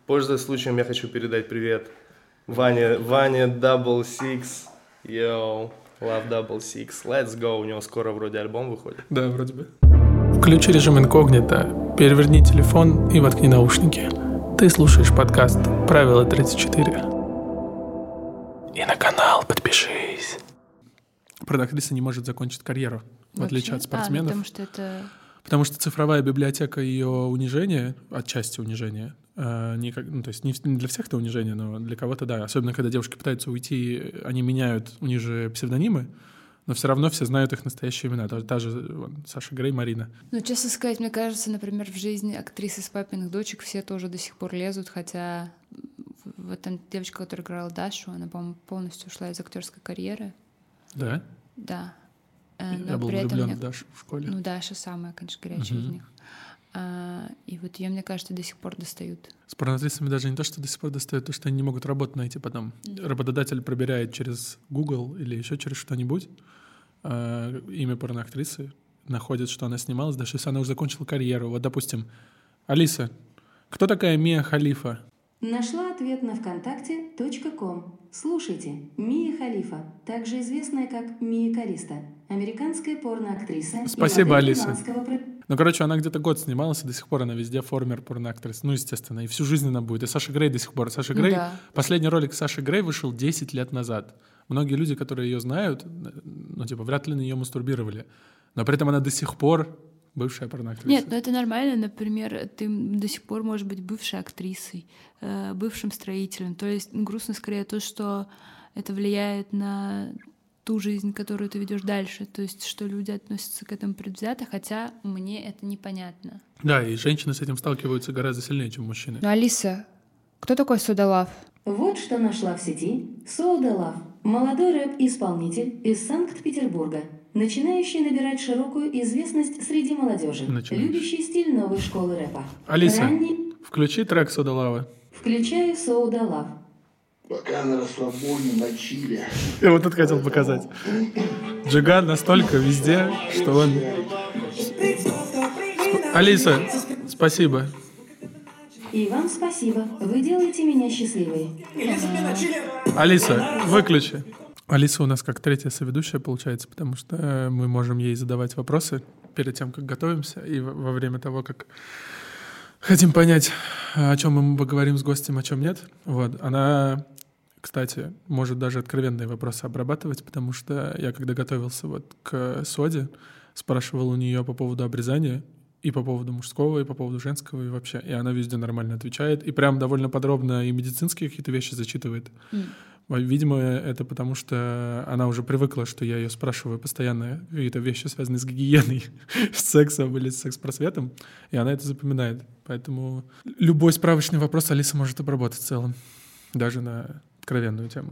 Пользуясь случаем, я хочу передать привет Ване Double Six. Йоу, Love Double Six. Let's go. У него скоро вроде альбом выходит. Да, вроде бы. Включи режим инкогнито, переверни телефон и воткни наушники. Ты слушаешь подкаст «Правило 34». И на канал подпишись. Порноактриса не может закончить карьеру, в отличие от спортсменов. Потому что цифровая библиотека ее унижения, отчасти унижения, то есть не для всех это унижение, но для кого-то да. Особенно, когда девушки пытаются уйти, они меняют у них же псевдонимы, но все равно все знают их настоящие имена. Та же Саша Грей, Марина. Ну, честно сказать, мне кажется, например, в жизни актрисы с папиных дочек все тоже до сих пор лезут, хотя вот там девочка, которая играла Дашу, она, по-моему, полностью ушла из актерской карьеры. Да? Да. Я был влюблен в Дашу в школе. Ну, Даша самая, конечно, горячая из них. И вот ее, мне кажется, до сих пор достают. С порноактрисами даже не то, что до сих пор достают, то, что они не могут работу найти потом. Работодатель проверяет через Google или еще через что-нибудь имя порноактрисы, находит, что она снималась, даже если она уже закончила карьеру. Вот, допустим, Алиса, кто такая Мия Халифа? Нашла ответ на вконтакте.com. Слушайте, Мия Халифа, также известная как Мия Калиста, американская порноактриса. Спасибо, Алиса. Ну, короче, она где-то год снималась, и до сих пор она везде формер порноактрис. Ну, естественно, и всю жизнь она будет. И Саша Грей до сих пор. Саша Грей, да. Последний ролик Саши Грей вышел 10 лет назад. Многие люди, которые ее знают, вряд ли на нее мастурбировали. Но при этом она до сих пор бывшая порноактриса. Нет, это нормально. Например, ты до сих пор можешь быть бывшей актрисой, бывшим строителем. То есть грустно скорее то, что это влияет на ту жизнь, которую ты ведешь дальше. То есть что люди относятся к этому предвзято, хотя мне это непонятно. Да, и женщины с этим сталкиваются гораздо сильнее, чем мужчины. Ну, Алиса, кто такой Soda Luv? Вот что нашла в сети Soda Luv. Молодой рэп-исполнитель из Санкт-Петербурга, начинающий набирать широкую известность среди молодежи, любящий стиль новой школы рэпа. Алиса, включи трек Soda Luv. Включаю Soda Luv. Пока на расслабоне, на чиле. Я вот тут хотел показать. Джиган настолько везде, что он... Алиса, спасибо. И вам спасибо. Вы делаете меня счастливой. Алиса, выключи. Алиса у нас как третья соведущая получается, потому что мы можем ей задавать вопросы перед тем, как готовимся, и во время того, как хотим понять, о чем мы поговорим с гостем, о чем нет. Вот. Она, кстати, может даже откровенные вопросы обрабатывать, потому что я, когда готовился вот к Соде, спрашивал у нее по поводу обрезания, и по поводу мужского, и по поводу женского, и вообще. И она везде нормально отвечает, и прям довольно подробно и медицинские какие-то вещи зачитывает. Видимо, это потому, что она уже привыкла, что я ее спрашиваю постоянно какие-то вещи, связанные с гигиеной, с сексом или с секс-просветом, и она это запоминает. Поэтому любой справочный вопрос Алиса может обработать в целом, даже на откровенную тему.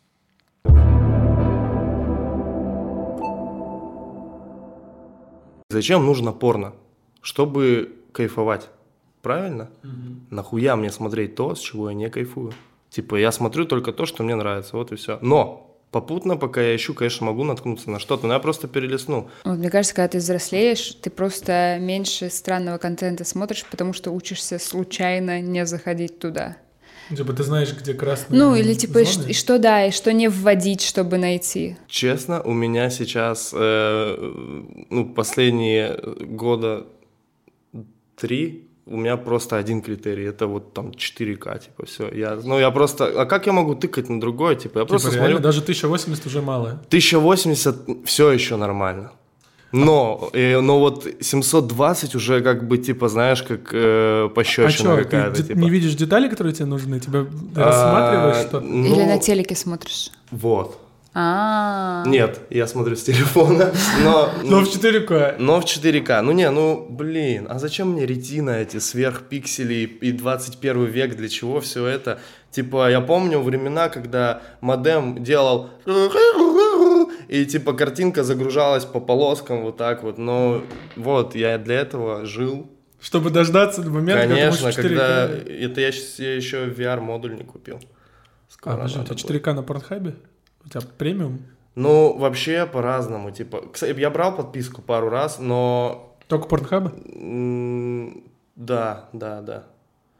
Зачем нужно порно? Чтобы кайфовать. Правильно? Нахуя мне смотреть то, с чего я не кайфую? Типа, я смотрю только то, что мне нравится, вот и все. Но попутно, пока я ищу, конечно, могу наткнуться на что-то, но я просто перелистну. Вот, мне кажется, когда ты взрослеешь, ты просто меньше странного контента смотришь, потому что учишься случайно не заходить туда. Типа, ты знаешь, где красные зоны? Ну, или типа, зоны? и что и что не вводить, чтобы найти. Честно, у меня сейчас, последние года 3... У меня просто один критерий, это вот там 4К, типа, все. Я просто, а как я могу тыкать на другое, типа, я просто реально, смотрю. Даже 1080 уже мало. 1080 все еще нормально. Но вот 720 уже как бы, типа, знаешь, как пощечина какая-то. Ты не видишь детали, которые тебе нужны? Ты рассматриваешь что-то? Или на телеке смотришь? Вот. Нет, я смотрю с телефона, но в 4К. Но в 4К. А зачем мне ретина, эти сверхпиксели и 21 век, для чего все это? Типа, я помню времена, когда модем делал и типа картинка загружалась по полоскам вот так вот, но вот, я для этого жил. Чтобы дождаться до момента, конечно, когда это я еще VR-модуль не купил. Скоро у тебя 4К на Порнхабе? У тебя премиум? Ну, вообще по-разному. Типа, кстати, я брал подписку пару раз, но... Только Порнхаба? Да.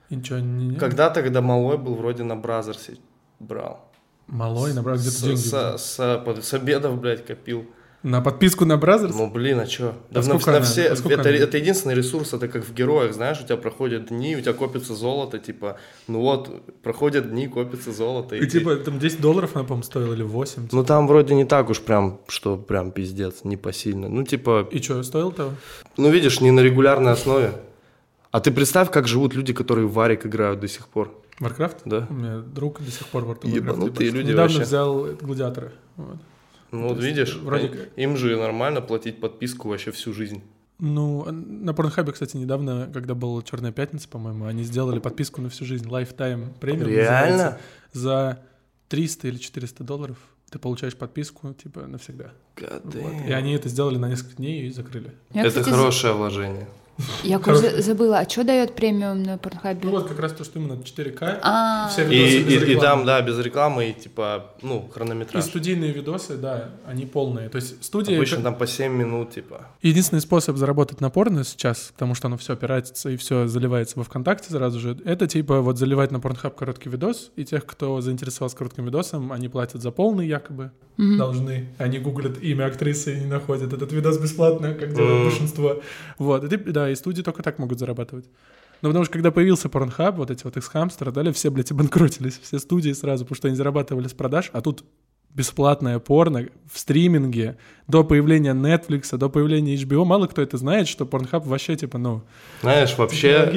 И ничего не... Когда-то, когда малой был, вроде на Бразерсе брал. Малой на Бразерсе? Где-то деньги? С обедов, блядь, копил. На подписку на Бразерс? Ну, блин, а чё? Да это единственный ресурс, это как в Героях, знаешь, у тебя проходят дни, у тебя копится золото, типа, ну вот, проходят дни, копится золото. И типа, там $10, она, по-моему, стоила, или 8? Типа. Ну, там вроде не так уж прям, что прям пиздец, не посильно. Ну, типа... И что, стоило того? Ну, видишь, не на регулярной основе. А ты представь, как живут люди, которые в Варик играют до сих пор. Warcraft? Да. У меня друг до сих пор в Warcraft. Ебанутые люди недавно вообще. взял Гладиатора. Вот. Ну, вот видишь, вроде... им же нормально платить подписку вообще всю жизнь. Ну, на Порнхабе, кстати, недавно, когда была «Черная пятница», по-моему, они сделали подписку на всю жизнь, Lifetime Premium. Реально? За $300 или $400 ты получаешь подписку, типа, навсегда. Вот. И они это сделали на несколько дней и закрыли. Это хорошее вложение. Я уже забыла, а что дает премиум на Порнхабе? Ну вот как раз то, что именно 4К. Все видосы без рекламы. И там, да, без рекламы, и типа, ну, хронометраж. И студийные видосы, да, они полные. То есть студия... Обычно там по 7 минут, типа. Единственный способ заработать на порно сейчас, потому что оно все пиратится и все заливается во ВКонтакте сразу же, это типа вот заливать на Pornhub короткий видос, и тех, кто заинтересовался коротким видосом, они платят за полный якобы, должны. Они гуглят имя актрисы и не находят этот видос бесплатно, как делает большинство. Вот, и, да, и студии только так могут зарабатывать. Но потому что когда появился Pornhub, вот эти вот X-Ham страдали, все, блядь, обанкротились, все студии сразу, потому что они зарабатывали с продаж, а тут бесплатное порно в стриминге до появления Netflix, до появления HBO. Мало кто это знает, что Pornhub вообще, типа, ну... Знаешь, вообще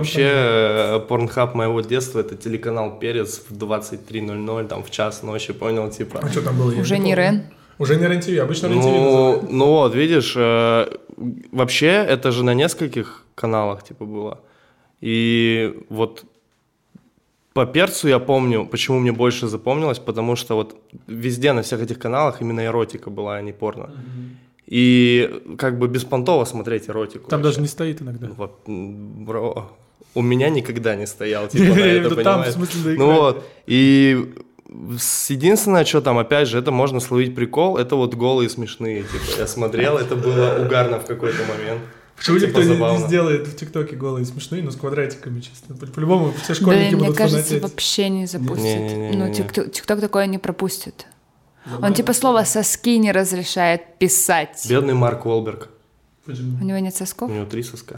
Pornhub моего детства — это телеканал «Перец» в 23:00, там, в час ночи, понял, типа... А что там было? Уже не РЕН. Уже не РЕН-ТВ, обычно РЕН-ТВ называют. Ну вот, видишь, вообще это же на нескольких каналах, типа, было. И вот по «Перцу» я помню, почему мне больше запомнилось, потому что вот везде на всех этих каналах именно эротика была, а не порно. И как бы беспонтово смотреть эротику. Там вообще даже не стоит иногда. Вот, бро, у меня никогда не стоял, типа, на это, понимаешь? Там, в смысле, на экране. Ну вот, и единственное, что там, опять же, это можно словить прикол, это вот голые смешные, типа, я смотрел, это было угарно в какой-то момент. Почему типа, никто не сделает в ТикТоке голые смешные, но с квадратиками чисто? По-любому все школьники будут фанатеть. Мне кажется, вообще не запустит. Ну, ТикТок такое не пропустит. Он типа слово «соски» не разрешает писать. Бедный Марк Уолберг. Почему? У него нет сосков? У него 3 соска.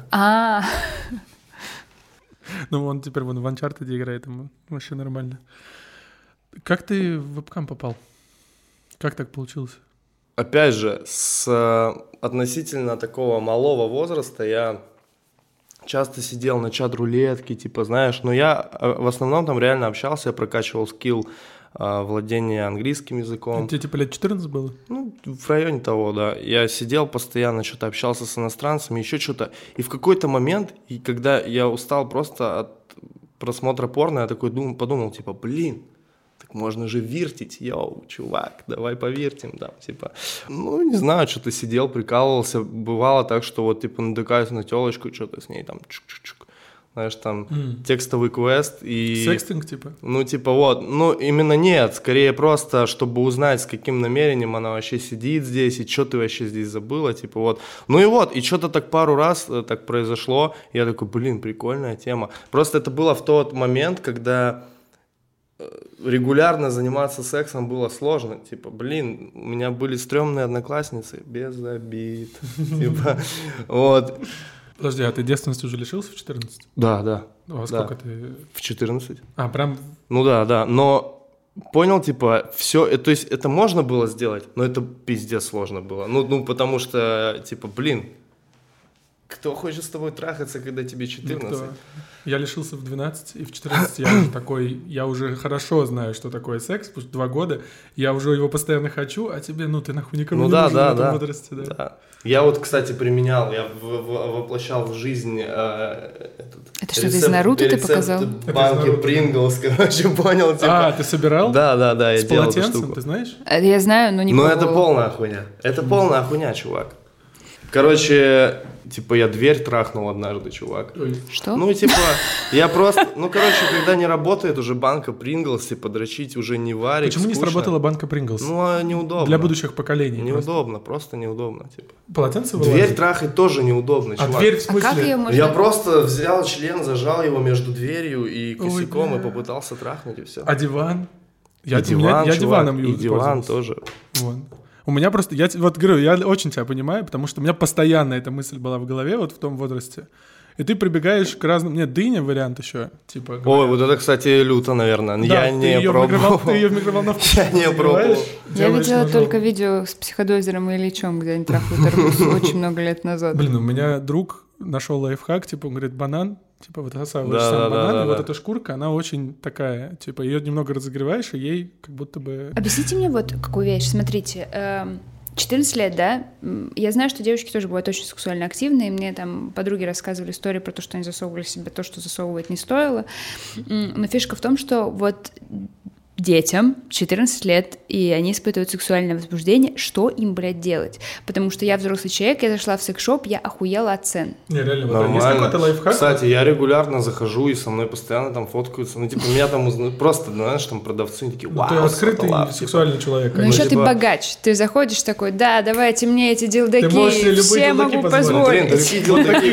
Ну, он теперь вон в Uncharted играет, ему вообще нормально. Как ты в вебкам попал? Как так получилось? Опять же, с относительно такого малого возраста я часто сидел на чат-рулетке, типа, знаешь, но я в основном там реально общался, я прокачивал скилл владения английским языком. Тебе типа лет 14 было? Ну, в районе того, да. Я сидел постоянно, что-то общался с иностранцами, еще что-то. И в какой-то момент, и когда я устал просто от просмотра порно, я такой подумал, типа, блин, так можно же виртить, йоу, чувак, давай повиртим, там, типа. Ну, не знаю, что-то сидел, прикалывался. Бывало так, что вот, типа, натыкаюсь на телочку, что-то с ней там чук-чук-чук. Знаешь, там текстовый квест и... Секстинг, типа? Ну, типа, вот. Ну, именно нет. Скорее просто, чтобы узнать, с каким намерением она вообще сидит здесь, и что ты вообще здесь забыла, типа, вот. Ну и вот, и что-то так пару раз так произошло. Я такой, блин, прикольная тема. Просто это было в тот момент, когда регулярно заниматься сексом было сложно. Типа, блин, у меня были стрёмные одноклассницы, без обид. Типа, вот. Подожди, а ты девственности уже лишился в 14? Да. А сколько ты? В 14. А, прям? Ну да. Но понял, типа, все, то есть это можно было сделать, но это пиздец сложно было. Ну, потому что, типа, блин, кто хочет с тобой трахаться, когда тебе 14? Никто. Я лишился в 12, и в 14 я уже такой, я уже хорошо знаю, что такое секс, потому что 2 года, я уже его постоянно хочу, а тебе, ну, ты нахуй никому не нужен в этом возрасте. Да. Я вот, кстати, применял, я воплощал в жизнь это что, ты из Наруто ты показал? Банки Принглс, короче, понял, типа. А, ты собирал? Да, я делал эту штуку. С полотенцем, ты знаешь? Я знаю, но не пробовал. Ну, это полная хуйня, чувак. Короче, типа, я дверь трахнул однажды, чувак. Что? Ну, типа, я просто... Ну, короче, когда не работает уже банка Принглс, типа, дрочить уже не варик, Почему не сработала банка Принглс? Ну, неудобно. Для будущих поколений. Неудобно, просто неудобно, типа. Полотенце вылазит? Дверь трахать тоже неудобно, чувак. А дверь в смысле? А как ее можно... Я просто взял член, зажал его между дверью и косяком и попытался трахнуть, и все. А диван? Я чувак, диваном и диван тоже. Вот. У меня просто, я вот говорю, я очень тебя понимаю, потому что у меня постоянно эта мысль была в голове вот в том возрасте. И ты прибегаешь к разным... Нет, дыня вариант еще. Типа, ой, вот это, кстати, люто, наверное. Да, я не пробовал. Ты ее в микроволновку Я не пробовал. Я видела только видео с психодозером и Ильичом, где они трахают арбуз очень много лет назад. Блин, у меня друг нашел лайфхак, типа, он говорит, банан, типа, вот засовываешь сам банан, и вот эта шкурка, она очень такая, типа, ее немного разогреваешь, и ей как будто бы... Объясните мне вот какую вещь. Смотрите, 14 лет, да? Я знаю, что девочки тоже бывают очень сексуально активные. Мне там подруги рассказывали истории про то, что они засовывали в себя то, что засовывать не стоило. Но фишка в том, что вот детям 14 лет, и они испытывают сексуальное возбуждение, что им, блядь, делать? Потому что я взрослый человек, я зашла в секс-шоп, я охуела от цен. Не, реально, нормально. Есть какой-то лайфхак? Кстати, я регулярно захожу, и со мной постоянно там фоткаются. Ну, типа, меня там узнают, просто, знаешь, там продавцы такие, вау, ты открытый саталав, сексуальный человек. Ну, еще ты богач. Ты заходишь такой, да, давайте мне эти дилдаки, все могу Блин, позволить. такие дилдаки,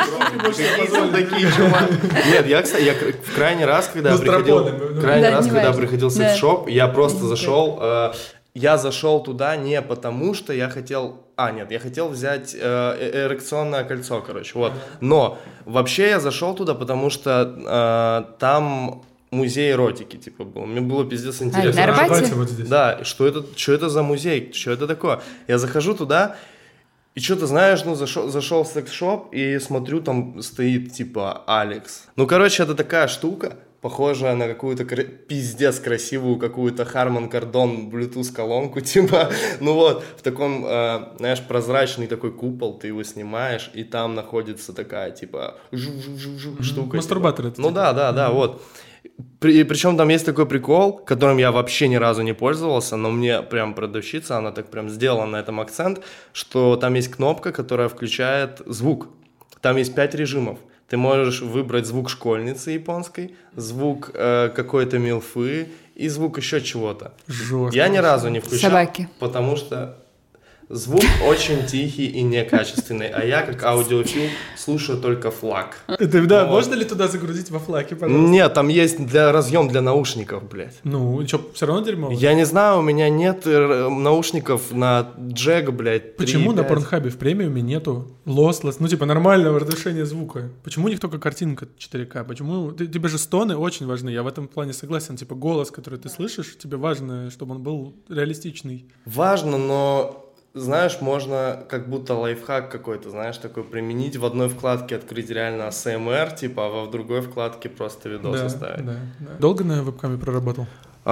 чувак. Нет, я, кстати, в крайний раз, когда приходил в секс-шоп, я просто зашел, я зашел туда не потому, что я хотел... я хотел взять эрекционное кольцо, короче, вот. Но вообще я зашел туда, потому что там музей эротики, типа, был. Мне было пиздец интересно. На Арбате? Вот здесь. Да, что это за музей, что это такое? Я захожу туда, и что-то, знаешь, ну, зашел в секс-шоп, и смотрю, там стоит, типа, Алекс. Ну, короче, это такая штука, похожая на какую-то пиздец красивую какую-то Harman Kardon Bluetooth-колонку, типа, ну вот, в таком, знаешь, прозрачный такой купол, ты его снимаешь, и там находится такая, типа, штука. Мастурбатор типа. Ну да, вот. Причем там есть такой прикол, которым я вообще ни разу не пользовался, но мне прям продавщица, она так прям сделала на этом акцент, что там есть кнопка, которая включает звук. Там есть 5 режимов. Ты можешь выбрать звук школьницы японской, звук какой-то милфы и звук еще чего-то. Жестко. Я ни разу не включал, собаки. потому что звук очень тихий и некачественный, а я, как аудиофил, слушаю только флаг. Да, можно ли туда загрузить во флаге, пожалуйста? Нет, там есть разъем для наушников, блядь. Ну, что, все равно дерьмово? Я не знаю, у меня нет наушников на джек, блядь. 3, Почему 5. на Порнхабе в премиуме нету lossless, ну, типа, нормального разрешения звука? Почему у них только картинка 4К? Почему? Тебе же стоны очень важны, я в этом плане согласен. Типа, голос, который ты слышишь, тебе важно, чтобы он был реалистичный. Важно, но... Знаешь, можно как будто лайфхак какой-то, знаешь, такой применить. В одной вкладке открыть реально ASMR, типа, а в другой вкладке просто видос оставить. Да. Долго на вебкаме проработал?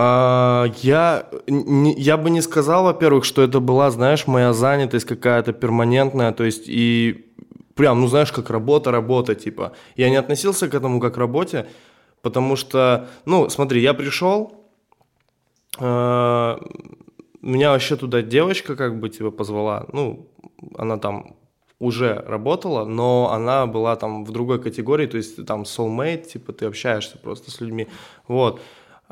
Я бы не сказал, во-первых, что это была, знаешь, моя занятость какая-то перманентная, то есть и прям, ну, знаешь, как работа, типа. Я не относился к этому как к работе, потому что, ну, смотри, я пришел... Меня вообще туда девочка как бы типа позвала, ну, она там уже работала, но она была там в другой категории, то есть там soulmate, типа ты общаешься просто с людьми, вот.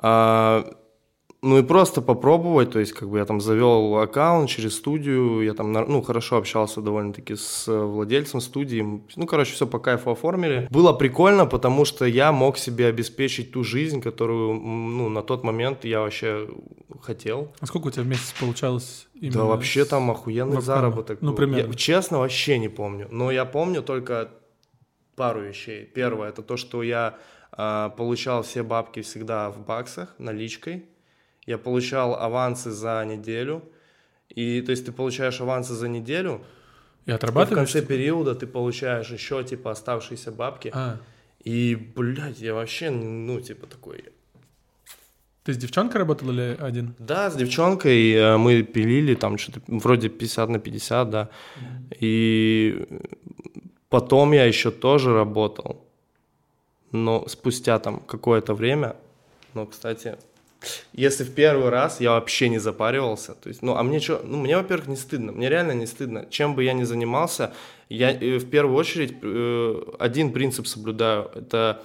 Ну и просто попробовать, то есть как бы я там завел аккаунт через студию, я там, ну, хорошо общался довольно-таки с владельцем студии, ну, короче, все по кайфу оформили. Было прикольно, потому что я мог себе обеспечить ту жизнь, которую, ну, на тот момент я вообще хотел. А сколько у тебя в месяц получалось? Да вообще там охуенный заработок. Ну, примерно. Я, честно, вообще не помню, но я помню только пару вещей. Первое, это то, что я получал все бабки всегда в баксах, наличкой. Я получал авансы за неделю, и то есть ты получаешь авансы за неделю, и отрабатываешь? И в конце периода ты получаешь еще, типа, оставшиеся бабки. И, блядь, я вообще, ну, типа, такой... Ты с девчонкой работал или один? Да, с девчонкой мы пилили там что-то вроде 50/50, да. И потом я еще тоже работал, но спустя там какое-то время, но, кстати... Если в первый раз я вообще не запаривался, то есть, ну, а мне что, ну, мне, во-первых, не стыдно, мне реально не стыдно, чем бы я ни занимался, Я в первую очередь один принцип соблюдаю. Это,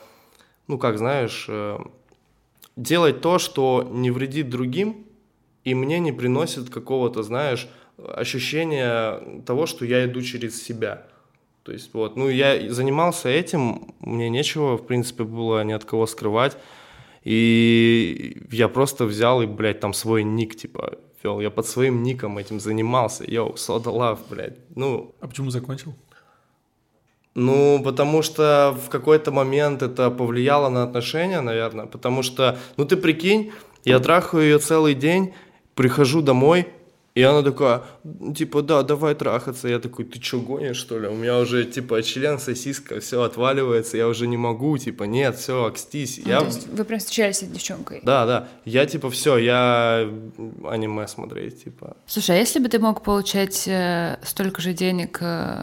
делать то, что не вредит другим, и мне не приносит какого-то, ощущения того, что я иду через себя. То есть я занимался этим, мне нечего, в принципе, было ни от кого скрывать. И я просто взял и, там свой ник, вел. Я под своим ником этим занимался. Soda Love, А почему закончил? Потому что в какой-то момент это повлияло на отношения, наверное. Потому что, ты прикинь, я трахаю ее целый день, прихожу домой, и она такая, да, давай трахаться. Я такой, ты что, гонишь, что ли? У меня уже, член, сосиска, все отваливается, я уже не могу, нет, все, окстись. То есть вы прям встречались с девчонкой? Да, я, все, я аниме смотреть, Слушай, а если бы ты мог получать столько же денег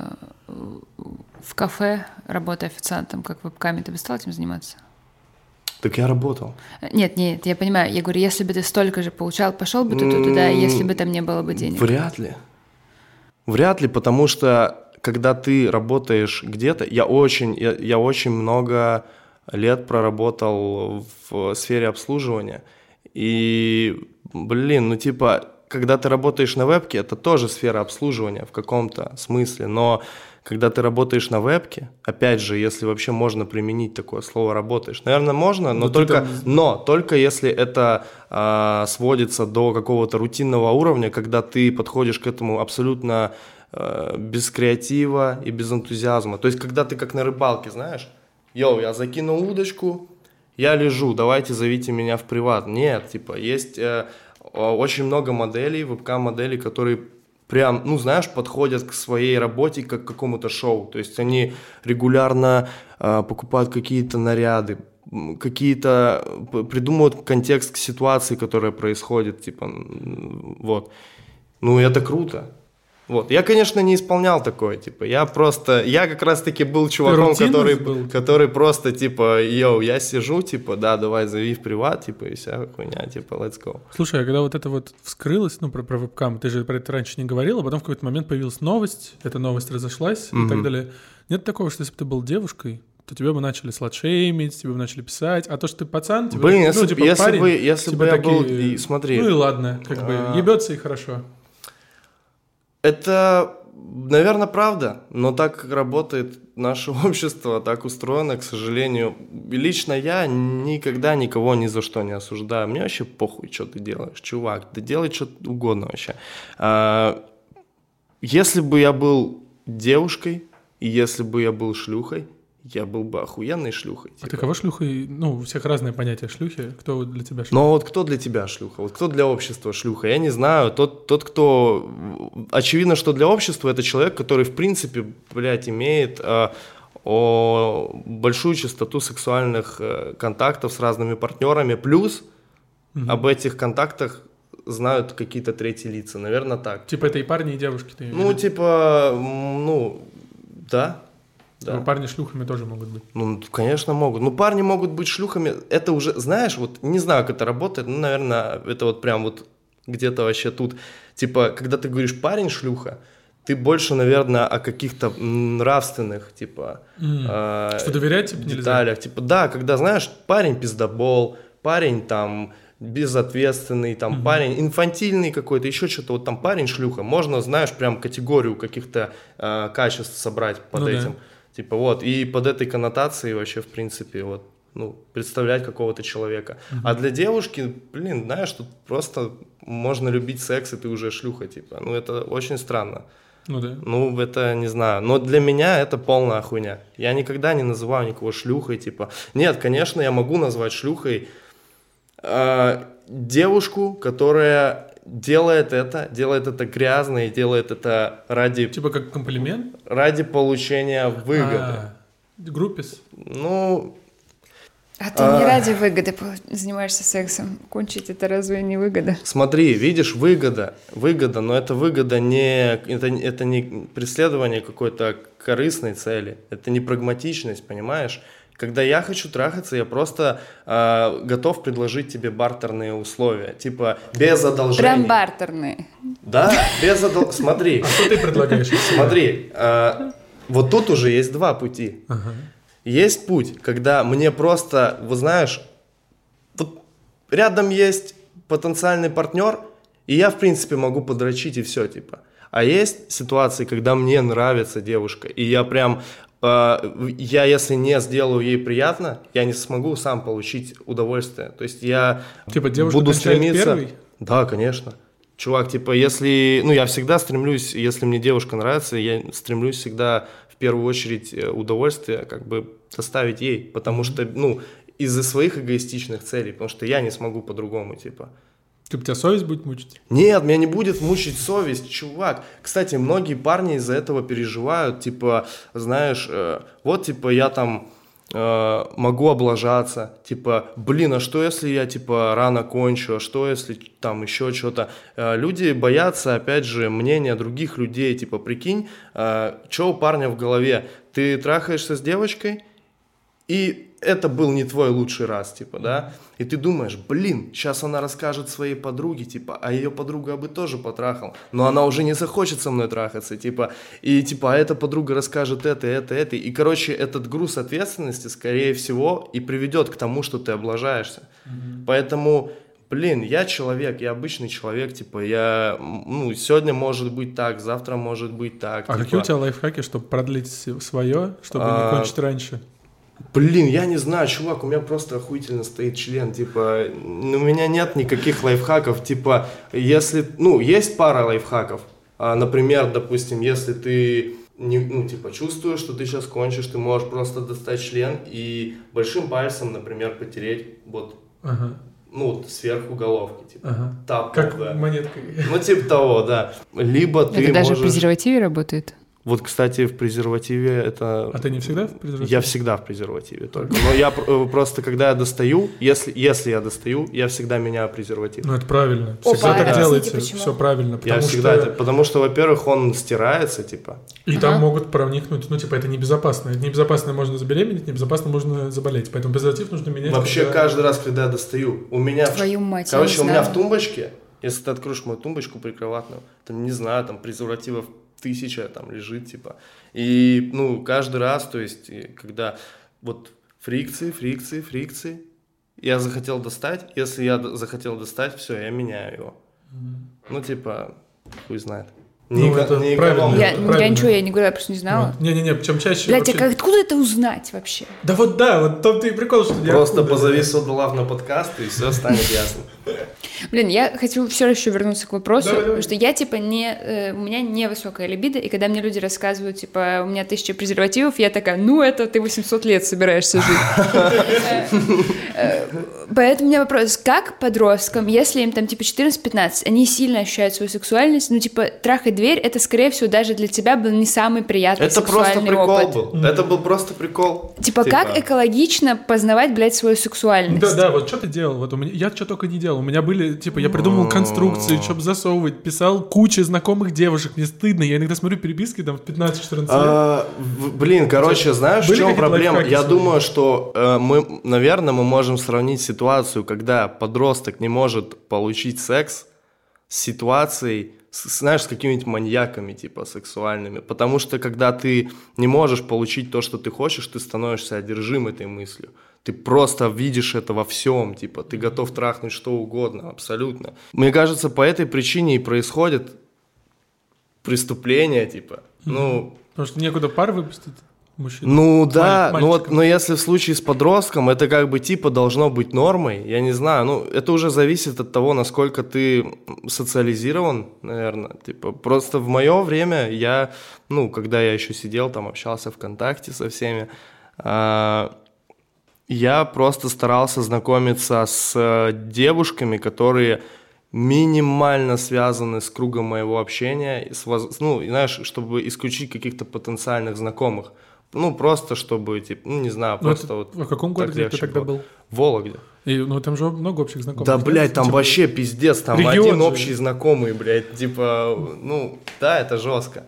в кафе, работая официантом, как в вебкаме, ты бы стал этим заниматься? Так я работал. Нет, я понимаю. Я говорю, если бы ты столько же получал, пошел бы ты туда, если бы там не было бы денег? Вряд ли, потому что когда ты работаешь где-то, я очень много лет проработал в сфере обслуживания. И, когда ты работаешь на вебке, это тоже сфера обслуживания в каком-то смысле, но когда ты работаешь на вебке, опять же, если вообще можно применить такое слово «работаешь», наверное, можно, но только если это сводится до какого-то рутинного уровня, когда ты подходишь к этому абсолютно без креатива и без энтузиазма. То есть, когда ты как на рыбалке, знаешь, я закинул удочку, я лежу, давайте зовите меня в приват. Нет, есть очень много моделей, вебкам-моделей, которые прям, подходят к своей работе как к какому-то шоу. То есть они регулярно покупают какие-то наряды, придумывают контекст к ситуации, которая происходит, это круто. Я, конечно, не исполнял такое, я как раз-таки был чуваком, который просто, я сижу, да, давай зови в приват, и вся хуйня, let's go. Слушай, а когда это вскрылось, про вебкам, ты же про это раньше не говорил, а потом в какой-то момент появилась новость, эта новость разошлась и так далее. Нет такого, что если бы ты был девушкой, то тебе бы начали сладшеймить, тебе бы начали писать, а то, что ты пацан, парень, если бы я был, смотри. И ладно, ебется и хорошо. Это, наверное, правда, но так работает наше общество, так устроено, к сожалению. Лично я никогда никого ни за что не осуждаю. Мне вообще похуй, что ты делаешь, чувак, да делай что угодно вообще. Если бы я был девушкой, и если бы я был шлюхой, я был бы охуенной шлюхой. А ты кого шлюхой? У всех разные понятия шлюхи. Кто для тебя шлюха? Кто для тебя шлюха? Кто для общества шлюха? Я не знаю. Тот, кто... Очевидно, что для общества это человек, который, в принципе, имеет большую частоту сексуальных контактов с разными партнерами. Плюс об этих контактах знают какие-то третьи лица. Наверное, так. Это и парни, и девушки? Да. Да. Парни шлюхами тоже могут быть. Конечно, могут. Парни могут быть шлюхами. Это уже, знаешь, не знаю, как это работает, наверное, это прям где-то вообще тут. Когда ты говоришь парень шлюха, ты больше, наверное, о каких-то нравственных, что доверять деталях. Нельзя? Да, когда, знаешь, парень пиздобол, парень безответственный, парень инфантильный какой-то, еще что-то, парень шлюха. Можно, знаешь, прям категорию каких-то качеств собрать под этим. Да. И под этой коннотацией вообще, в принципе, представлять какого-то человека. А для девушки, знаешь, тут просто можно любить секс, и ты уже шлюха, это очень странно. Да. Это не знаю. Но для меня это полная хуйня. Я никогда не называю никого шлюхой, Нет, конечно, я могу назвать шлюхой девушку, которая делает это грязно и делает это ради... как комплимент? Ради получения выгоды. Группис? А ты не ради выгоды занимаешься сексом. Кончить это разве не выгода? Смотри, видишь, выгода, но это выгода это не преследование какой-то корыстной цели, это не прагматичность, понимаешь? Когда я хочу трахаться, я просто готов предложить тебе бартерные условия, без одолжений. Прям бартерные. Да, без одолжений. Смотри. А что ты предлагаешь? Смотри, вот тут уже есть два пути. Есть путь, когда мне просто, вот знаешь, вот рядом есть потенциальный партнер, и я, в принципе, могу подрочить и все, типа. А есть ситуации, когда мне нравится девушка, и я прям, я если не сделаю ей приятно, я не смогу сам получить удовольствие. То есть я типа девушка буду стремиться... первый? Да, конечно. Чувак, типа, если... Ну, я всегда стремлюсь, если мне девушка нравится, я стремлюсь всегда в первую очередь удовольствие как бы доставить ей, потому что, ну, из-за своих эгоистичных целей, потому что я не смогу по-другому, типа. Типа тебя совесть будет мучить? Нет, меня не будет мучить совесть, чувак. Кстати, многие парни из-за этого переживают, типа, знаешь, вот, типа, я там могу облажаться, типа, блин, а что если я, типа, рано кончу, а что если там еще что-то. Люди боятся, опять же, мнения других людей, типа, прикинь, что у парня в голове, ты трахаешься с девочкой, и это был не твой лучший раз, типа, да, и ты думаешь, блин, сейчас она расскажет своей подруге, типа, а ее подруга бы тоже потрахал, но она уже не захочет со мной трахаться, типа, и, типа, а эта подруга расскажет это, и, короче, этот груз ответственности, скорее всего, и приведет к тому, что ты облажаешься, поэтому, блин, я человек, я обычный человек, типа, я, ну, сегодня может быть так, завтра может быть так. А типа... какие у тебя лайфхаки, чтобы продлить свое, чтобы не кончить раньше? Блин, я не знаю, чувак, у меня просто охуительно стоит член, типа, у меня нет никаких лайфхаков, типа, если, ну, есть пара лайфхаков, например, допустим, если ты, не, ну, типа, чувствуешь, что ты сейчас кончишь, ты можешь просто достать член и большим пальцем, например, потереть вот, ну, вот сверху головки, типа, тапком, как да. монеткой. Ну, типа того, да. Либо ты это даже можешь... в презервативе работает? Вот, кстати, в презервативе это... А ты не всегда в презервативе? Я всегда в презервативе только. Но я просто, когда я достаю, если я достаю, я всегда меняю презерватив. Ну, это правильно. Всегда так делайте, все правильно. Я всегда это... Потому что, во-первых, он стирается, типа. И там могут проникнуть, ну, типа, это небезопасно. Это небезопасно можно забеременеть, небезопасно можно заболеть. Поэтому презерватив нужно менять. Вообще, каждый раз, когда я достаю, у меня... Твою мать, короче, у меня в тумбочке, если ты откроешь мою тумбочку прикроватную, там, не знаю, там презервативов 1000 там лежит, типа. И, ну, каждый раз, то есть, когда вот фрикции, я захотел достать, если я захотел достать, все, я меняю его. Ну, типа, хуй знает. Ну, это правильно. Я ничего, я не говорю, я просто не знала. Не-не-не, чем чаще... Блядь, вообще... откуда это узнать вообще? Да, вот том-то и прикол, что... Просто позови Soda Luv на подкаст, и все станет ясно. Блин, я хочу все еще вернуться к вопросу, потому что я, типа, у меня невысокая либидо, и когда мне люди рассказывают, типа, у меня 1000 презервативов, я такая, ну, это ты 800 лет собираешься жить. Поэтому у меня вопрос, как подросткам, если им там, типа, 14-15, они сильно ощущают свою сексуальность, ну, типа, трахать дверь, это, скорее всего, даже для тебя был не самый приятный сексуальный опыт. Это просто прикол был. Это был просто прикол. Типа, как экологично познавать, блядь, свою сексуальность? Да, вот что ты делал? Вот у меня, я что только не делал. У меня были, типа, я придумал конструкции, чтобы засовывать, писал кучу знакомых девушек. Мне стыдно, я иногда смотрю переписки, там, в 15-14 лет. Блин, короче, знаешь, в чем проблема? Я думаю, что наверное, мы можем сравнить ситуацию, когда подросток не может получить секс с ситуацией, знаешь, с какими-нибудь маньяками, типа, сексуальными. Потому что, когда ты не можешь получить то, что ты хочешь, ты становишься одержим этой мыслью. Ты просто видишь это во всем, типа, ты готов трахнуть что угодно, абсолютно. Мне кажется, по этой причине и происходит преступление, типа, ну... Потому что некуда пар выпустить. Мужчина. Ну да, но если в случае с подростком, это как бы типа должно быть нормой, я не знаю, ну это уже зависит от того, насколько ты социализирован, наверное, типа просто в мое время я, ну когда я еще сидел там, общался ВКонтакте со всеми, я просто старался знакомиться с девушками, которые минимально связаны с кругом моего общения, ну знаешь, чтобы исключить каких-то потенциальных знакомых. Ну, просто чтобы, типа, ну, не знаю, просто вот... В каком городе ты тогда был? В Вологде. Ну, там же много общих знакомых. Да, блядь, там вообще пиздец, там один общий знакомый, блядь, типа, ну, да, это жестко.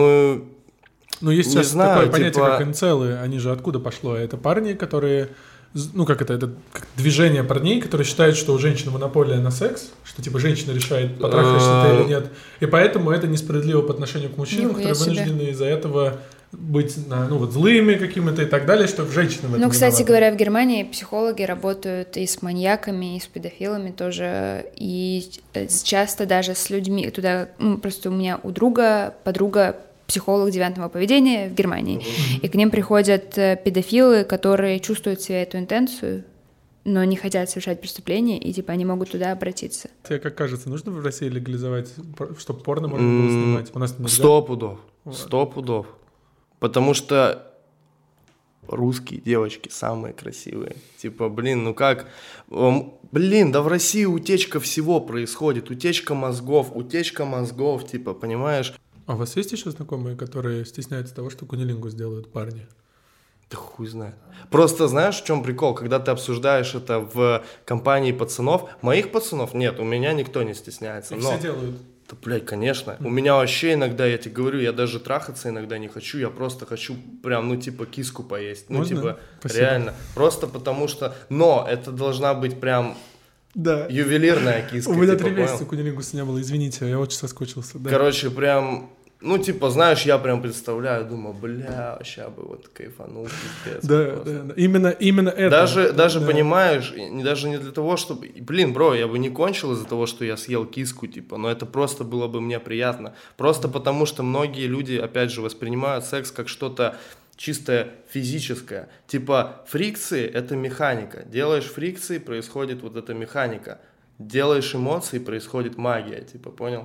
Ну, есть сейчас такое понятие, как инцелы, они же откуда пошло? Это парни, которые ну, как как движение парней, которые считают, что у женщины монополия на секс, что, типа, женщина решает, потрахаешься ты или нет, и поэтому это несправедливо по отношению к мужчинам, которые вынуждены из-за этого быть, злыми какими-то и так далее, что женщины в этом кстати говоря, в Германии психологи работают и с маньяками, и с педофилами тоже, и часто даже с людьми, туда, просто у меня подруга психолог девиантного поведения в Германии, и к ним приходят педофилы, которые чувствуют в себе эту интенцию, но не хотят совершать преступления, и типа они могут туда обратиться. Тебе как кажется, нужно в России легализовать, чтобы порно можно было снимать? У нас 100 пудов. 100 пудов. Потому что русские девочки самые красивые. Типа, да в России утечка всего происходит. Утечка мозгов, типа, понимаешь? А у вас есть еще знакомые, которые стесняются того, что кунилингус делают парни? Да хуй знает. Просто знаешь, в чем прикол? Когда ты обсуждаешь это в компании пацанов, моих пацанов нет, у меня никто не стесняется. Все делают. Да, блядь, конечно. У меня вообще иногда, я тебе говорю, я даже трахаться иногда не хочу, я просто хочу прям, киску поесть. Можно? Спасибо. Реально. Просто потому что... Но это должна быть прям... Да. Ювелирная киска. У меня 3 месяца кунилингуса не было, извините, я очень соскучился. Да. Короче, прям, знаешь, я прям представляю, думаю, ща бы вот кайфанул. Да. Именно это. Даже понимаешь, даже не для того, чтобы... бро, я бы не кончил из-за того, что я съел киску, но это просто было бы мне приятно. Просто потому, что многие люди, опять же, воспринимают секс как что-то чисто физическое. Типа фрикции — это механика. Делаешь фрикции — происходит вот эта механика. Делаешь эмоции — происходит магия. Типа, понял?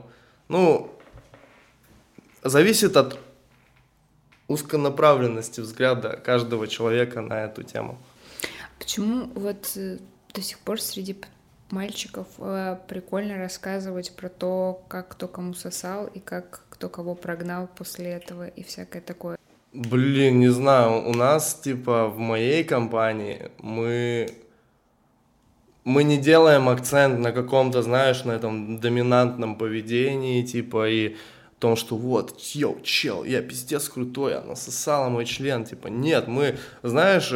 Зависит от узконаправленности взгляда каждого человека на эту тему. Почему до сих пор среди мальчиков прикольно рассказывать про то, как кто кому сосал и как кто кого прогнал после этого и всякое такое? Не знаю, у нас, в моей компании мы не делаем акцент на каком-то, знаешь, на этом доминантном поведении, и том, что чел, я пиздец крутой, она сосала мой член, нет, мы, знаешь,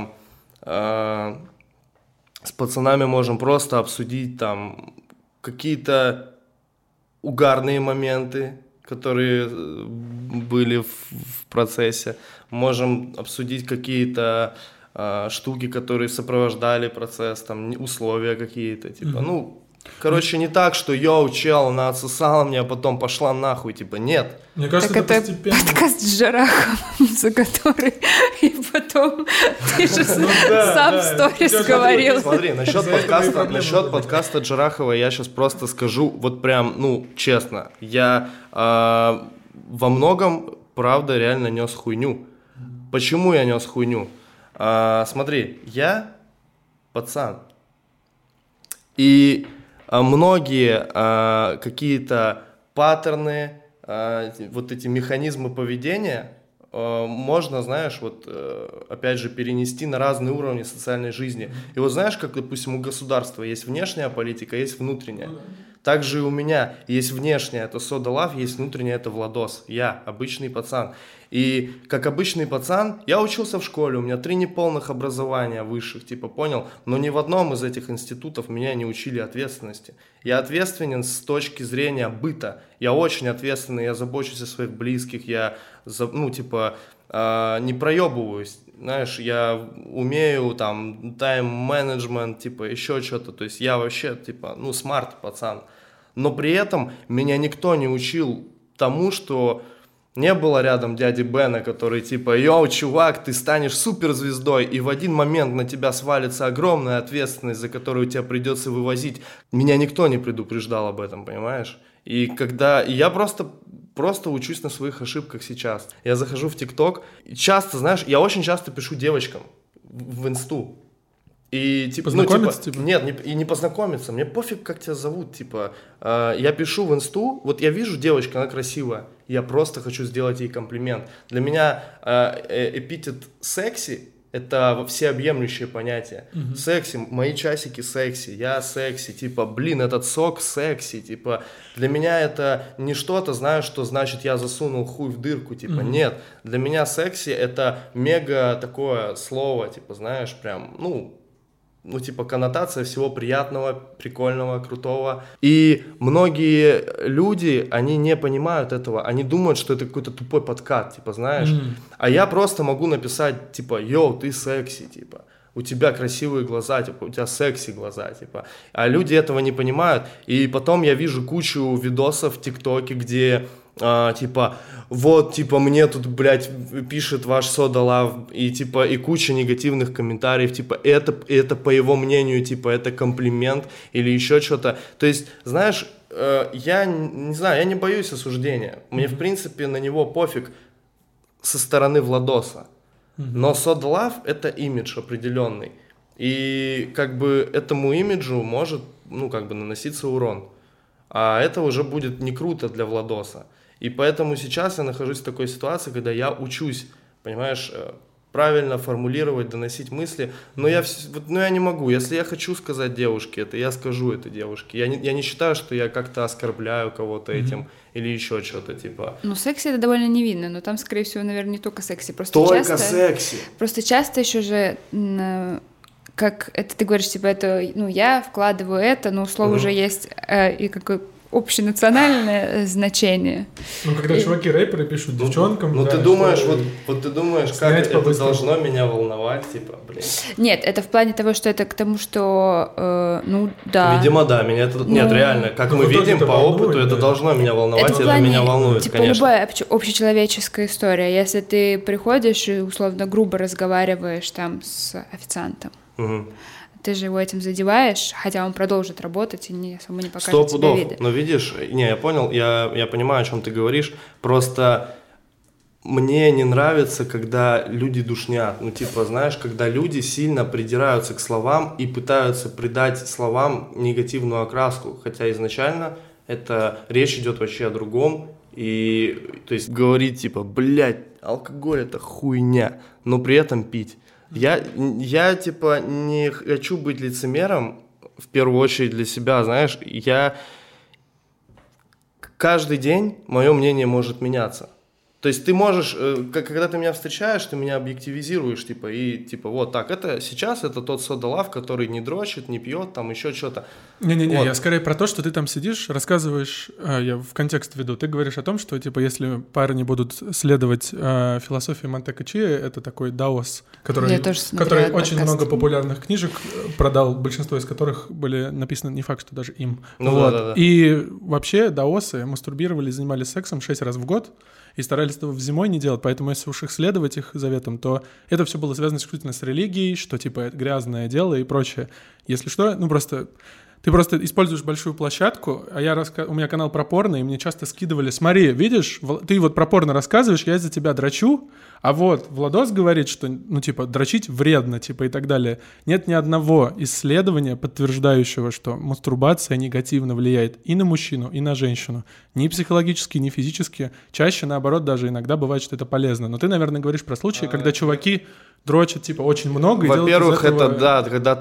с пацанами можем просто обсудить какие-то угарные моменты, которые были в процессе. Можем обсудить какие-то штуки, которые сопровождали процесс, условия какие-то. Короче, не так, что чел, она отсосала меня, а потом пошла нахуй. Нет. Мне кажется, так это постепенно. Подкаст с Джараховым, за который и потом ты же сам в сторис говорил. Смотри, насчет подкаста Джарахова я сейчас просто скажу, честно, я во многом, правда, реально нес хуйню. Почему я нес хуйню? Смотри, я пацан. И многие какие-то паттерны, эти механизмы поведения можно, знаешь, опять же, перенести на разные уровни социальной жизни. И знаешь, как, допустим, у государства есть внешняя политика, есть внутренняя. Также и у меня есть внешняя, это Soda Luv, есть внутренняя, это Владос. Я обычный пацан. И как обычный пацан, я учился в школе, у меня 3 неполных образования высших, понял? Но ни в одном из этих институтов меня не учили ответственности. Я ответственен с точки зрения быта. Я очень ответственный, я забочусь о своих близких, я, не проебываюсь. Знаешь, я умею тайм-менеджмент, еще что-то. То есть я вообще, смарт пацан. Но при этом меня никто не учил тому, что не было рядом дяди Бена, который йоу, чувак, ты станешь суперзвездой, и в один момент на тебя свалится огромная ответственность, за которую тебя придется вывозить. Меня никто не предупреждал об этом, понимаешь? И я просто учусь на своих ошибках сейчас. Я захожу в ТикТок, и часто, знаешь, я очень часто пишу девочкам в инсту. И познакомиться, Нет, и не познакомиться. Мне пофиг, как тебя зовут. Я пишу в инсту, я вижу девочку, она красивая. Я просто хочу сделать ей комплимент. Для меня эпитет секси Это всеобъемлющее понятие. Секси, мои часики секси, я секси, типа, блин, этот сок секси, типа, для меня это не что-то, знаешь, что значит я засунул хуй в дырку, типа, нет, для меня секси это мега такое слово, типа, знаешь, прям, ну, типа, коннотация всего приятного, прикольного, крутого. И многие люди, они не понимают этого. Они думают, что это какой-то тупой подкат, типа, знаешь. А я просто могу написать, типа, йоу, ты секси, типа. У тебя красивые глаза, типа, у тебя секси глаза, типа. А люди этого не понимают. И потом я вижу кучу видосов в ТикТоке, где... типа, вот, типа, мне тут, блядь, пишет ваш Soda Love, и, типа, и куча негативных комментариев, типа, это по его мнению, типа, это комплимент или еще что-то. То есть, знаешь, я не знаю, я не боюсь осуждения. Мне, в принципе, на него пофиг со стороны Владоса. Но Soda Love — это имидж определенный. И, как бы, этому имиджу может, ну, как бы, наноситься урон. А это уже будет не круто для Владоса. И поэтому сейчас я нахожусь в такой ситуации, когда я учусь, понимаешь, правильно формулировать, доносить мысли, но я не могу. Если я хочу сказать девушке это, я скажу это девушке. Я не считаю, что я как-то оскорбляю кого-то этим или еще что-то типа. Ну, секси это довольно невинно, но там, скорее всего, наверное, не только секси. Просто только часто, секси. Просто часто еще же... Как это ты говоришь, типа, это, ну, я вкладываю это, но у слова уже есть и какое общенациональное значение. Ну, когда чуваки-рэперы пишут девчонкам... Ну, да, ты думаешь, вот ты думаешь, как это должно меня волновать, типа, блин. Нет, это в плане того, что это к тому, что, ну, да. Видимо, да, меня это... Нет, реально, как мы видим по опыту, это должно меня волновать, это меня волнует, типа, конечно. Любая общечеловеческая история. Если ты приходишь и, условно, грубо разговариваешь там с официантом, ты же его этим задеваешь, хотя он продолжит работать и не особо не покажет тебе виды. Но видишь, я понял, я понимаю, о чем ты говоришь, просто мне не нравится, когда люди душнят, ну типа, знаешь, когда люди сильно придираются к словам и пытаются придать словам негативную окраску, хотя изначально это речь идет вообще о другом, и то есть говорить типа, блядь, алкоголь это хуйня, но при этом пить. Я, типа, не хочу быть лицемером, в первую очередь для себя, знаешь, каждый день мое мнение может меняться. То есть ты можешь, когда ты меня встречаешь, ты меня объективизируешь, типа, и типа, вот так, сейчас это тот Soda Love, который не дрочит, не пьет, там еще что-то. Не-не-не, вот. Я скорее про то, что ты там сидишь, рассказываешь, я в контекст веду, ты говоришь о том, что, типа, если парни будут следовать философии Монтека Чиа, это такой даос, который очень много популярных книжек продал, большинство из которых были написаны не факт, что даже им. Ну, вот. да. И вообще даосы мастурбировали, занимались сексом 6 раз в год, и старались этого зимой не делать, поэтому если уж их следовать, их заветам, то это все было связано исключительно с религией, что типа это грязное дело и прочее. Если что, ну просто... Ты просто используешь большую площадку, а у меня канал про порно, и мне часто скидывали, смотри, видишь, ты вот про порно рассказываешь, я из-за тебя дрочу, а вот Владос говорит, что, ну, типа, дрочить вредно, типа, и так далее. Нет ни одного исследования, подтверждающего, что мастурбация негативно влияет и на мужчину, и на женщину. Ни психологически, ни физически. Чаще, наоборот, даже иногда бывает, что это полезно. Но ты, наверное, говоришь про случаи, когда чуваки дрочат, типа, очень много. Во-первых, это, да, когда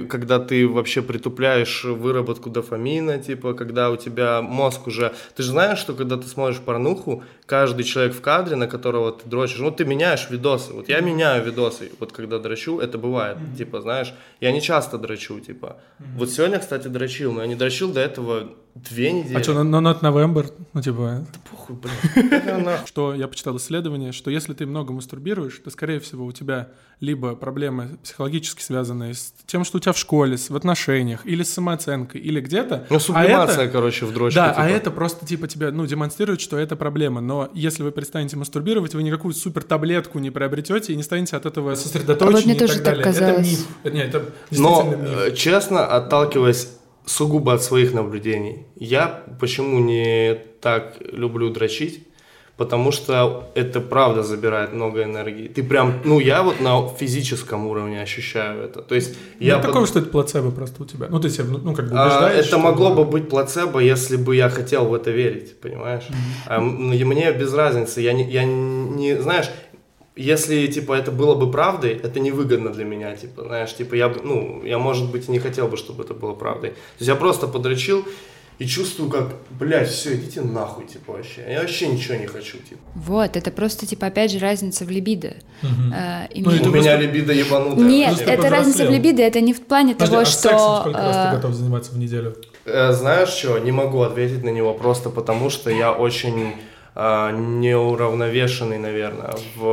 ты вообще притупляешь выработку дофамина, типа, когда у тебя мозг уже... Ты же знаешь, что когда ты смотришь порнуху, каждый человек в кадре, на которого ты дрочишь, ну, ты меняешь видосы. Вот я меняю видосы. Вот когда дрочу, это бывает. Типа, знаешь, я не часто дрочу, типа. Вот сегодня, кстати, дрочил, но я не дрочил до этого 2 недели. А что, Not November? Ну, типа... Да похуй, блин. Что я почитал исследование, что если ты много мастурбируешь, то, скорее всего, у тебя либо проблемы психологически связанные с тем, что у тебя в школе, в отношениях, или с самооценкой, или где-то. Ну, сублимация, короче, в дрочке. Да, типа. а это просто, типа, тебя, ну, демонстрирует, что это проблема. Но если вы перестанете мастурбировать, вы никакую супер-таблетку не приобретете и не станете от этого сосредоточеннее и так далее. Это миф. Нет, это действительно миф. Но, честно, отталкиваясь сугубо от своих наблюдений, я почему не так люблю дрочить? Потому что это правда забирает много энергии. Ты прям, ну я вот на физическом уровне ощущаю это. То есть нет такого, что это плацебо просто у тебя. Ну ты себя, ну как бы убеждаешь. Это могло бы быть плацебо, если бы я хотел в это верить, понимаешь? Мне без разницы. Я не знаешь, если, типа, это было бы правдой, это невыгодно для меня, типа, знаешь, типа, я, может быть, не хотел бы, чтобы это было правдой. То есть я просто подрочил и чувствую, как, блядь, все, идите нахуй, типа, вообще. Я вообще ничего не хочу, типа. Вот, это просто, типа, опять же, разница в либидо. У меня либидо ебанутое. Нет, это разница в либидо, это не в плане того, что... сексом сколько раз ты готов заниматься в неделю? Знаешь что, не могу ответить на него просто потому, что я очень неуравновешенный, наверное,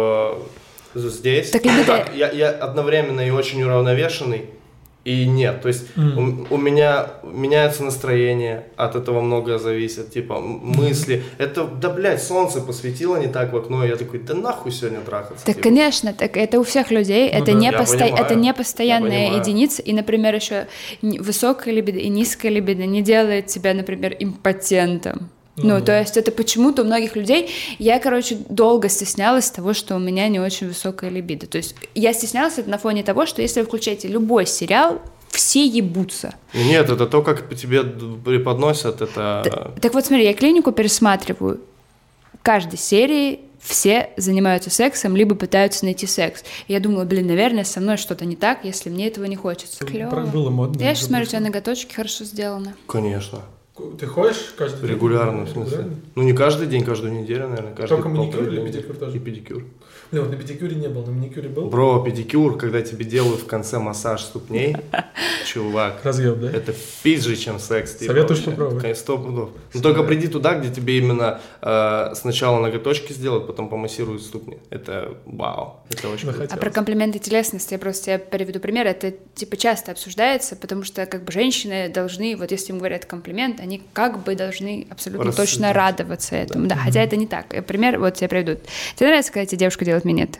здесь. Так, я одновременно и очень уравновешенный, и нет. То есть у меня меняется настроение, от этого многое зависит, типа мысли. Это, да, блядь, солнце посветило не так в окно, и я такой, да нахуй сегодня трахаться. Так, типа. конечно, так это у всех людей, это не постоянная единица, и, например, еще высокая либидо и низкая либидо не делает тебя, например, импотентом. То есть это почему-то у многих людей... Я, долго стеснялась того, что у меня не очень высокая либидо. То есть я стеснялась это на фоне того, что если вы включаете любой сериал, все ебутся. Нет, это то, как тебе преподносят это... Так вот, смотри, я «Клинику» пересматриваю. В каждой серии все занимаются сексом, либо пытаются найти секс. И я думала, наверное, со мной что-то не так, если мне этого не хочется. Клево. Было модно. Я сейчас смотрю, у тебя ноготочки хорошо сделаны. Конечно. Ты ходишь каждый день? Регулярно, в смысле? Ну, не каждый день, каждую неделю, наверное. Только маникюр или педикюр тоже? И педикюр. Вот на педикюре не был, на маникюре был? Бро, педикюр, когда тебе делают в конце массаж ступней, чувак. Разъеб, да? Это пизже, чем секс. Советуешь попробовать? 100%. Но только приди туда, где тебе именно сначала ноготочки сделают, потом помассируют ступни. Это вау. Это очень круто. А про комплименты телесности я просто тебе приведу пример. Это типа часто обсуждается, потому что как бы женщины должны, вот если им говорят комплимент, они как бы должны абсолютно точно радоваться этому. Да, хотя это не так. Пример вот тебе приведу. Тебе нравится, когда тебе девушка делает минет?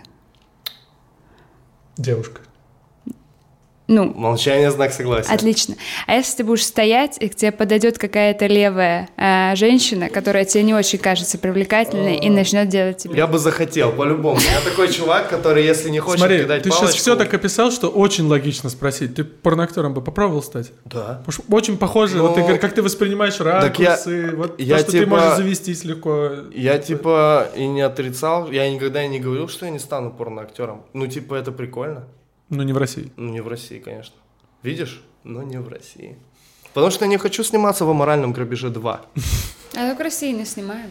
Девушка. Молчание — знак согласия. Отлично. А если ты будешь стоять, и к тебе подойдет какая-то левая женщина, которая тебе не очень кажется привлекательной, и начнет делать тебе... Я бы захотел, по-любому. Я такой чувак, который, если не хочет кидать палочку... Смотри, ты сейчас все так описал, что очень логично спросить. Ты порноактером бы попробовал стать? Да. Очень похоже, вот ты, как ты воспринимаешь ракурсы, что ты можешь завестись легко. Я и не отрицал, я никогда и не говорил, что я не стану порноактером. Это прикольно. Но не в России. Не в России, конечно. Видишь? Но не в России. Потому что я не хочу сниматься в «Аморальном грабеже 2». А так в России не снимают.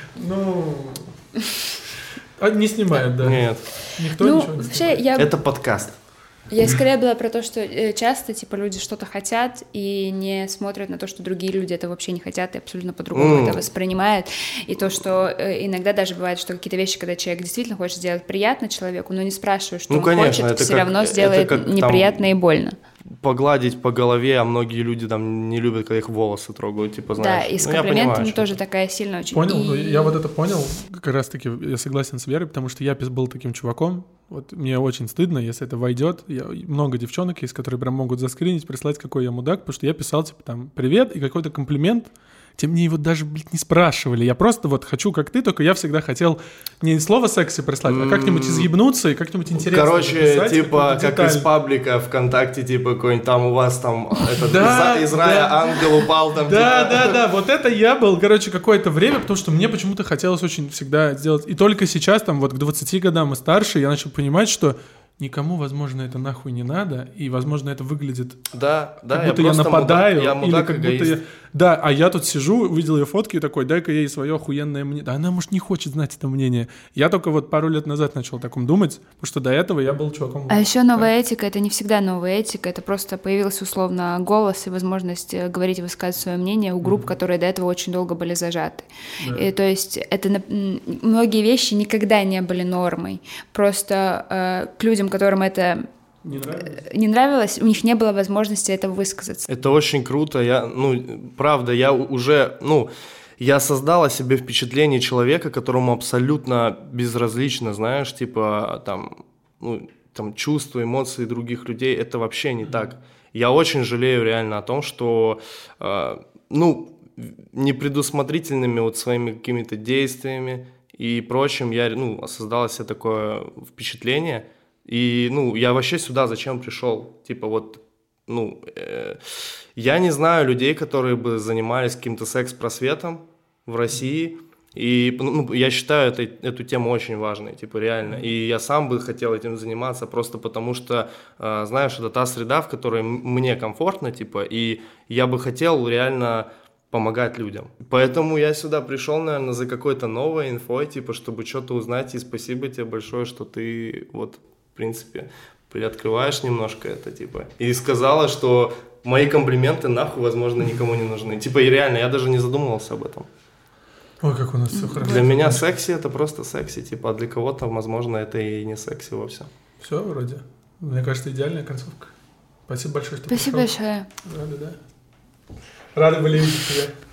Не снимают, да. Нет. Никто ничего не снимает. Это подкаст. Я скорее была про то, что часто люди что-то хотят и не смотрят на то, что другие люди это вообще не хотят и абсолютно по-другому это воспринимают. И то, что иногда даже бывает, что какие-то вещи, когда человек действительно хочет сделать приятно человеку, но не спрашивает, что он хочет, все равно сделает неприятно и больно. Погладить по голове, а многие люди не любят, когда их волосы трогают, знаешь. Да, и с комплиментами тоже такая сильная очень. Понял, я вот это понял, как раз-таки я согласен с Верой, потому что я был таким чуваком, мне очень стыдно, если это войдет, много девчонок есть, которые прям могут заскринить, прислать, какой я мудак, потому что я писал, привет, и какой-то комплимент, те мне его даже, не спрашивали. Я просто хочу, как ты, только я всегда хотел не слово «секси» прислать, а как-нибудь изъебнуться и как-нибудь интересно написать, как из паблика ВКонтакте, какой-нибудь там у вас из рая ангел упал там. Да, вот это я был, какое-то время, потому что мне почему-то хотелось очень всегда сделать. И только сейчас, к 20 годам и старше, я начал понимать, что никому, возможно, это нахуй не надо, и, возможно, это выглядит как будто я нападаю, или как будто я... Да, а я тут сижу, увидел ее фотки и такой, дай-ка ей свое охуенное мнение. Да она, может, не хочет знать это мнение. Я только пару лет назад начал о таком думать, потому что до этого я был чуваком. А еще новая этика — это не всегда новая этика, это просто появилась условно голос и возможность говорить и высказывать свое мнение у групп, которые до этого очень долго были зажаты. Да. И, то есть многие вещи никогда не были нормой. Просто к людям, которым это не нравилось, у них не было возможности этого высказаться. Это очень круто. Правда, я создал о себе впечатление человека, которому абсолютно безразлично, знаешь, чувства, эмоции других людей. Это вообще не так. Я очень жалею реально о том, что, непредусмотрительными своими какими-то действиями и прочим, я, создал себе такое впечатление. И, я вообще сюда зачем пришел? Я не знаю людей, которые бы занимались каким-то секс-просветом в России, И я считаю эту тему очень важной, типа реально. И я сам бы хотел этим заниматься просто потому, что, знаешь, это та среда, в которой мне комфортно, типа, и я бы хотел реально помогать людям. Поэтому я сюда пришел, наверное, за какой-то новой инфой, типа, чтобы что-то узнать, и спасибо тебе большое, что ты вот, в принципе, приоткрываешь немножко это, типа, и сказала, что мои комплименты нахуй, возможно, никому не нужны. Типа, и реально, я даже не задумывался об этом. Ой, как у нас все хорошо. Для меня секси — это просто секси, типа, а для кого-то, возможно, это и не секси вовсе. Все, вроде. Мне кажется, идеальная концовка. Спасибо большое, что Спасибо пришел. большое. Рады, да. Рады были видеть тебя.